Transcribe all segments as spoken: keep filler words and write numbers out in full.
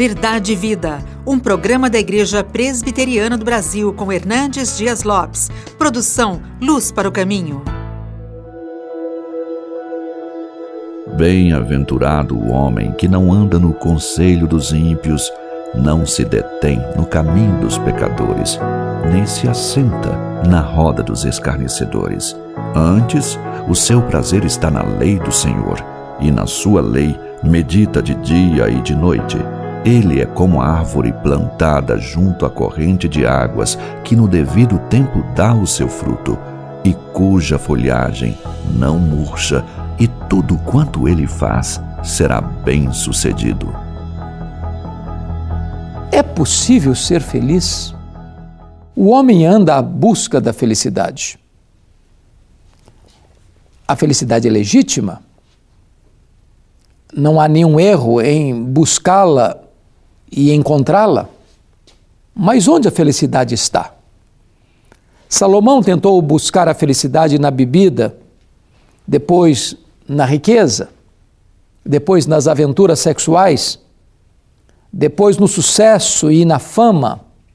Verdade e Vida, um programa da Igreja Presbiteriana do Brasil com Hernandes Dias Lopes. Produção Luz para o Caminho. Bem-aventurado o homem que não anda no conselho dos ímpios, não se detém no caminho dos pecadores, nem se assenta na roda dos escarnecedores. Antes, o seu prazer está na lei do Senhor, e na sua lei medita de dia e de noite. Ele é como a árvore plantada junto à corrente de águas, que no devido tempo dá o seu fruto, e cuja folhagem não murcha, e tudo quanto ele faz será bem-sucedido. É possível ser feliz? O homem anda à busca da felicidade. A felicidade é legítima? Não há nenhum erro em buscá-la e encontrá-la? Mas onde a felicidade está? Salomão tentou buscar a felicidade na bebida, depois na riqueza, depois nas aventuras sexuais, depois no sucesso e na fama,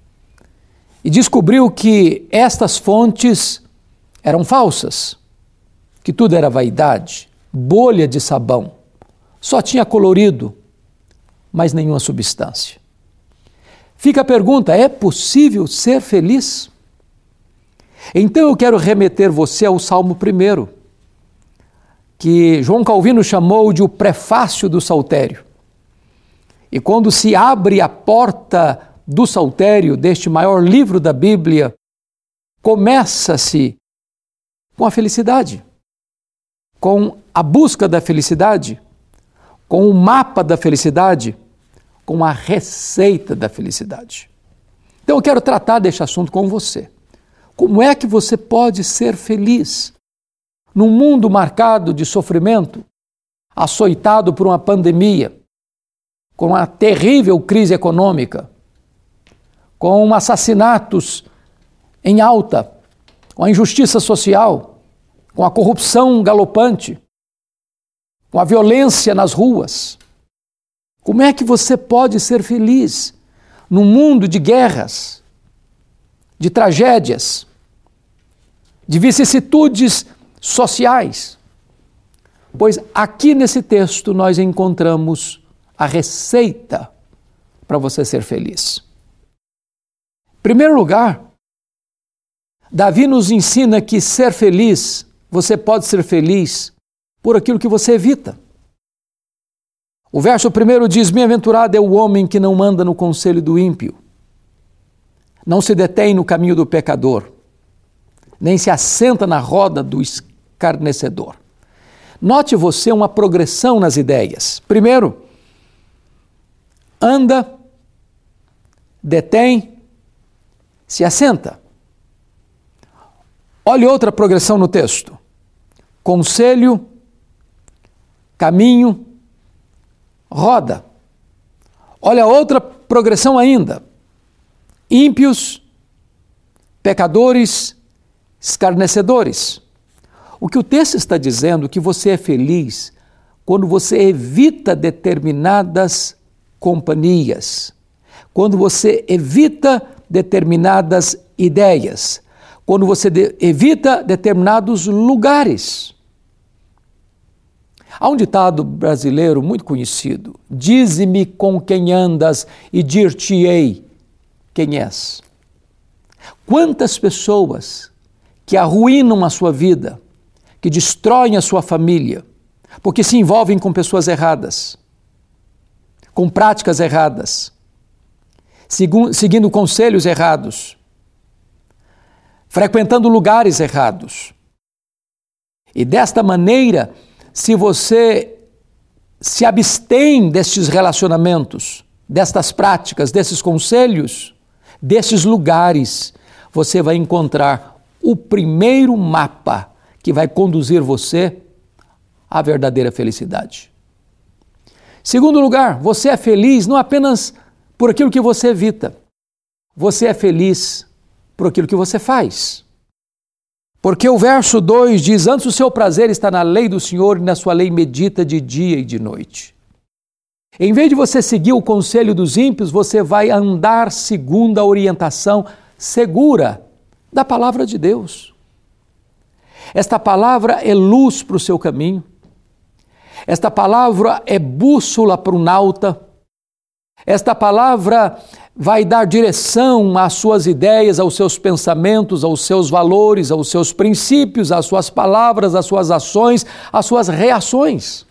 e descobriu que estas fontes eram falsas, que tudo era vaidade, bolha de sabão, só tinha colorido, mas nenhuma substância. Fica a pergunta: é possível ser feliz? Então eu quero remeter você ao Salmo primeiro, que João Calvino chamou de o prefácio do Saltério. E quando se abre a porta do Saltério, deste maior livro da Bíblia, começa-se com a felicidade, com a busca da felicidade, com o mapa da felicidade, com a receita da felicidade. Então eu quero tratar deste assunto com você. Como é que você pode ser feliz num mundo marcado de sofrimento, açoitado por uma pandemia, com uma terrível crise econômica, com assassinatos em alta, com a injustiça social, com a corrupção galopante, com a violência nas ruas? Como é que você pode ser feliz num mundo de guerras, de tragédias, de vicissitudes sociais? Pois aqui nesse texto nós encontramos a receita para você ser feliz. Em primeiro lugar, Davi nos ensina que ser feliz, você pode ser feliz por aquilo que você evita. O verso primeiro diz: bem-aventurado é o homem que não anda no conselho do ímpio, não se detém no caminho do pecador, nem se assenta na roda do escarnecedor. Note você uma progressão nas ideias. Primeiro, anda, detém, se assenta. Olhe outra progressão no texto: conselho, caminho, roda. Olha outra progressão ainda: ímpios, pecadores, escarnecedores. O que o texto está dizendo é que você é feliz quando você evita determinadas companhias, quando você evita determinadas ideias, quando você de- evita determinados lugares. Há um ditado brasileiro muito conhecido: dize-me com quem andas e dir-te-ei quem és. Quantas pessoas que arruinam a sua vida, que destroem a sua família, porque se envolvem com pessoas erradas, com práticas erradas, segu- seguindo conselhos errados, frequentando lugares errados. E desta maneira, se você se abstém destes relacionamentos, destas práticas, desses conselhos, desses lugares, você vai encontrar o primeiro mapa que vai conduzir você à verdadeira felicidade. Segundo lugar, você é feliz não apenas por aquilo que você evita, você é feliz por aquilo que você faz. Porque o verso dois diz: antes o seu prazer está na lei do Senhor, e na sua lei medita de dia e de noite. Em vez de você seguir o conselho dos ímpios, você vai andar segundo a orientação segura da palavra de Deus. Esta palavra é luz para o seu caminho. Esta palavra é bússola para o nauta. Esta palavra vai dar direção às suas ideias, aos seus pensamentos, aos seus valores, aos seus princípios, às suas palavras, às suas ações, às suas reações.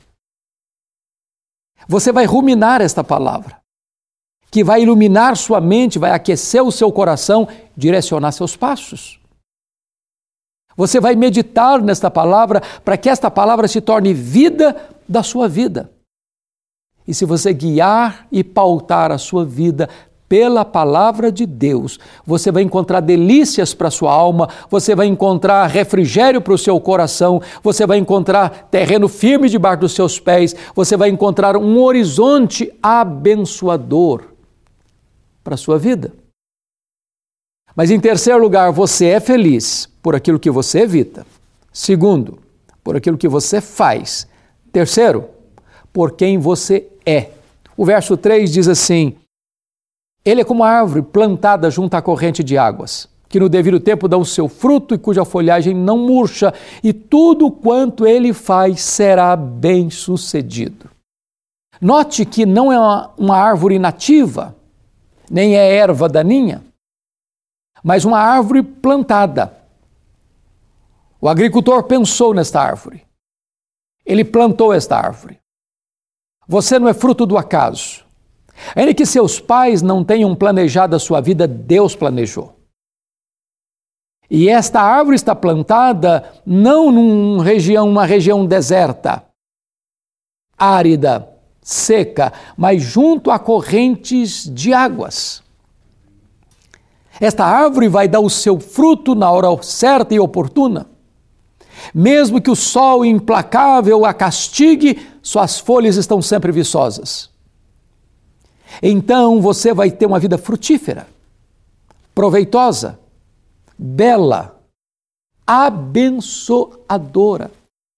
Você vai ruminar esta palavra, que vai iluminar sua mente, vai aquecer o seu coração, direcionar seus passos. Você vai meditar nesta palavra para que esta palavra se torne vida da sua vida. E se você guiar e pautar a sua vida pela palavra de Deus, você vai encontrar delícias para a sua alma, você vai encontrar refrigério para o seu coração, você vai encontrar terreno firme debaixo dos seus pés, você vai encontrar um horizonte abençoador para a sua vida. Mas em terceiro lugar, você é feliz por aquilo que você evita. Segundo, por aquilo que você faz. Terceiro, por quem você é. O verso três diz assim: ele é como a árvore plantada junto à corrente de águas, que no devido tempo dá o seu fruto e cuja folhagem não murcha, e tudo quanto ele faz será bem sucedido. Note que não é uma, uma árvore nativa, nem é erva daninha, mas uma árvore plantada. O agricultor pensou nesta árvore. Ele plantou esta árvore. Você não é fruto do acaso. Ainda que seus pais não tenham planejado a sua vida, Deus planejou. E esta árvore está plantada não numa região, uma região deserta, árida, seca, mas junto a correntes de águas. Esta árvore vai dar o seu fruto na hora certa e oportuna. Mesmo que o sol implacável a castigue, suas folhas estão sempre viçosas. Então você vai ter uma vida frutífera, proveitosa, bela, abençoadora.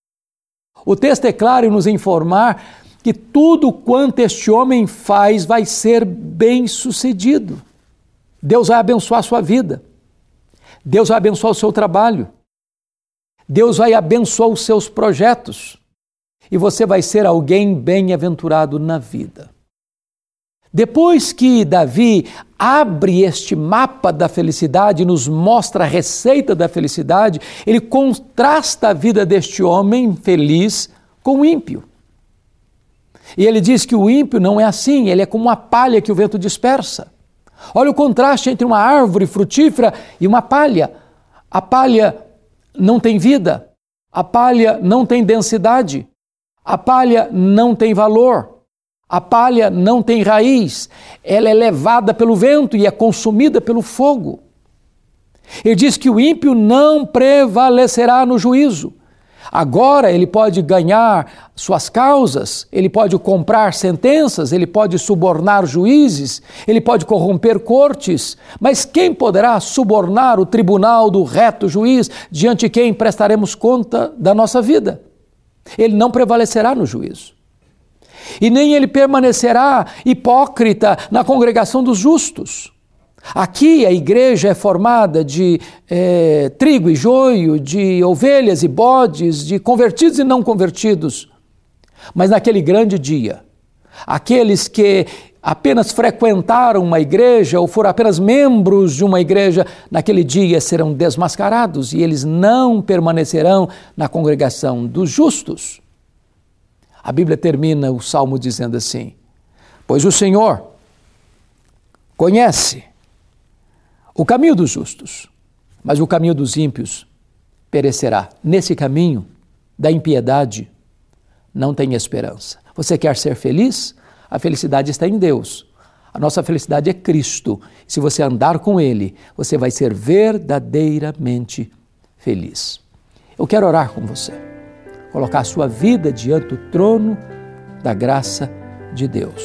O texto é claro em nos informar que tudo quanto este homem faz vai ser bem sucedido. Deus vai abençoar a sua vida. Deus vai abençoar o seu trabalho. Deus vai abençoar os seus projetos. E você vai ser alguém bem-aventurado na vida. Depois que Davi abre este mapa da felicidade e nos mostra a receita da felicidade, ele contrasta a vida deste homem feliz com o ímpio. E ele diz que o ímpio não é assim, ele é como uma palha que o vento dispersa. Olha o contraste entre uma árvore frutífera e uma palha. A palha não tem vida, a palha não tem densidade, a palha não tem valor, a palha não tem raiz, ela é levada pelo vento e é consumida pelo fogo. Ele diz que o ímpio não prevalecerá no juízo. Agora ele pode ganhar suas causas, ele pode comprar sentenças, ele pode subornar juízes, ele pode corromper cortes, mas quem poderá subornar o tribunal do reto juiz diante de quem prestaremos conta da nossa vida? Ele não prevalecerá no juízo. E nem ele permanecerá hipócrita na congregação dos justos. Aqui a igreja é formada de é, trigo e joio, de ovelhas e bodes, de convertidos e não convertidos. Mas naquele grande dia, aqueles que apenas frequentaram uma igreja ou foram apenas membros de uma igreja, naquele dia serão desmascarados e eles não permanecerão na congregação dos justos. A Bíblia termina o Salmo dizendo assim: pois o Senhor conhece o caminho dos justos, mas o caminho dos ímpios perecerá. Nesse caminho da impiedade não tem esperança. Você quer ser feliz? A felicidade está em Deus. A nossa felicidade é Cristo. Se você andar com Ele, você vai ser verdadeiramente feliz. Eu quero orar com você. Colocar a sua vida diante do trono da graça de Deus.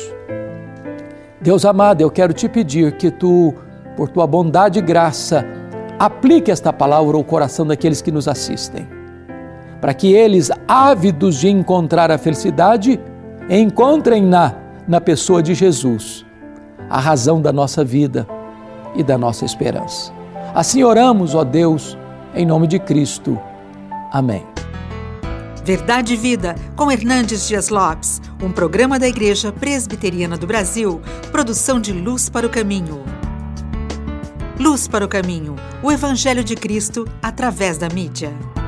Deus amado, eu quero te pedir que Tu, por Tua bondade e graça, aplique esta palavra ao coração daqueles que nos assistem, para que eles, ávidos de encontrar a felicidade, encontrem-na na pessoa de Jesus, a razão da nossa vida e da nossa esperança. Assim oramos, ó Deus, em nome de Cristo. Amém. Verdade e Vida, com Hernandes Dias Lopes, um programa da Igreja Presbiteriana do Brasil, produção de Luz para o Caminho. Luz para o Caminho, o Evangelho de Cristo através da mídia.